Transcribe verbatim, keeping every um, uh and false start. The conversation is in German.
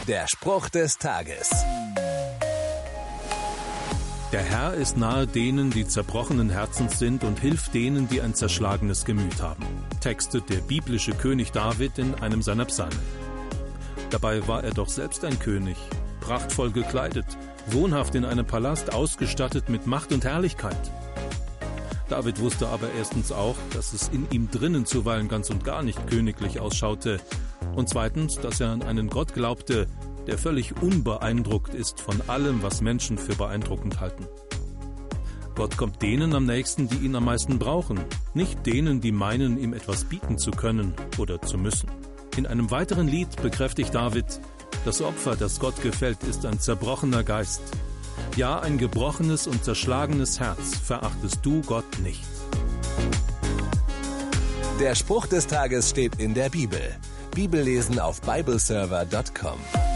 Der Spruch des Tages. Der Herr ist nahe denen, die zerbrochenen Herzens sind, und hilft denen, die ein zerschlagenes Gemüt haben. Textet der biblische König David in einem seiner Psalmen. Dabei war er doch selbst ein König, prachtvoll gekleidet, wohnhaft in einem Palast, ausgestattet mit Macht und Herrlichkeit. David wusste aber erstens auch, dass es in ihm drinnen zuweilen ganz und gar nicht königlich ausschaute, und zweitens, dass er an einen Gott glaubte, der völlig unbeeindruckt ist von allem, was Menschen für beeindruckend halten. Gott kommt denen am nächsten, die ihn am meisten brauchen, nicht denen, die meinen, ihm etwas bieten zu können oder zu müssen. In einem weiteren Lied bekräftigt David: Das Opfer, das Gott gefällt, ist ein zerbrochener Geist. Ja, ein gebrochenes und zerschlagenes Herz verachtest du Gott nicht. Der Spruch des Tages steht in der Bibel. Bibellesen auf bibleserver punkt com.